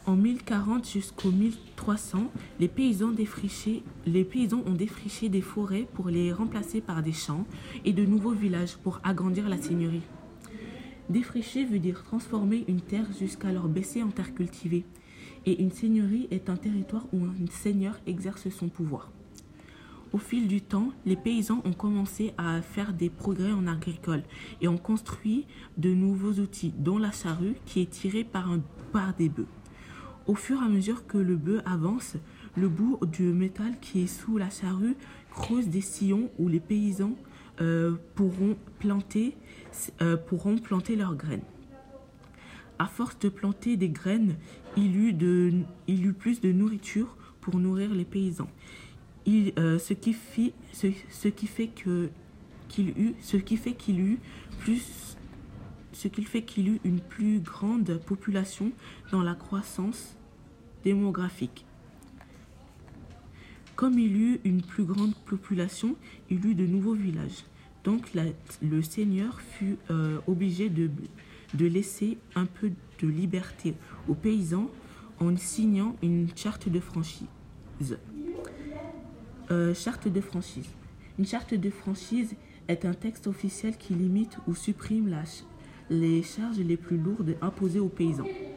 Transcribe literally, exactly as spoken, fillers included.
En mille quarante jusqu'au mille trois cents, les paysans, défrichaient- les paysans ont défriché des forêts pour les remplacer par des champs et de nouveaux villages pour agrandir la seigneurie. Défricher veut dire transformer une terre jusqu'alors baissée en terre cultivée. Et une seigneurie est un territoire où un seigneur exerce son pouvoir. Au fil du temps, les paysans ont commencé à faire des progrès en agricole et ont construit de nouveaux outils, dont la charrue qui est tirée par, un, par des bœufs. Au fur et à mesure que le bœuf avance, le bout du métal qui est sous la charrue creuse des sillons où les paysans euh, pourront, planter, euh, pourront planter leurs graines. À force de planter des graines, il eut, de, il eut plus de nourriture pour nourrir les paysans. Il, euh, ce, qui fit, ce, ce qui fait que qu'il eut, ce qui fait qu'il eut plus, ce qui fait qu'il eut une plus grande population dans la croissance démographique. Comme il eut une plus grande population, il eut de nouveaux villages. Donc la, le seigneur fut euh, obligé de, de laisser un peu de liberté aux paysans en signant une charte de franchise. Euh, charte de franchise. Une charte de franchise est un texte officiel qui limite ou supprime la, les charges les plus lourdes imposées aux paysans.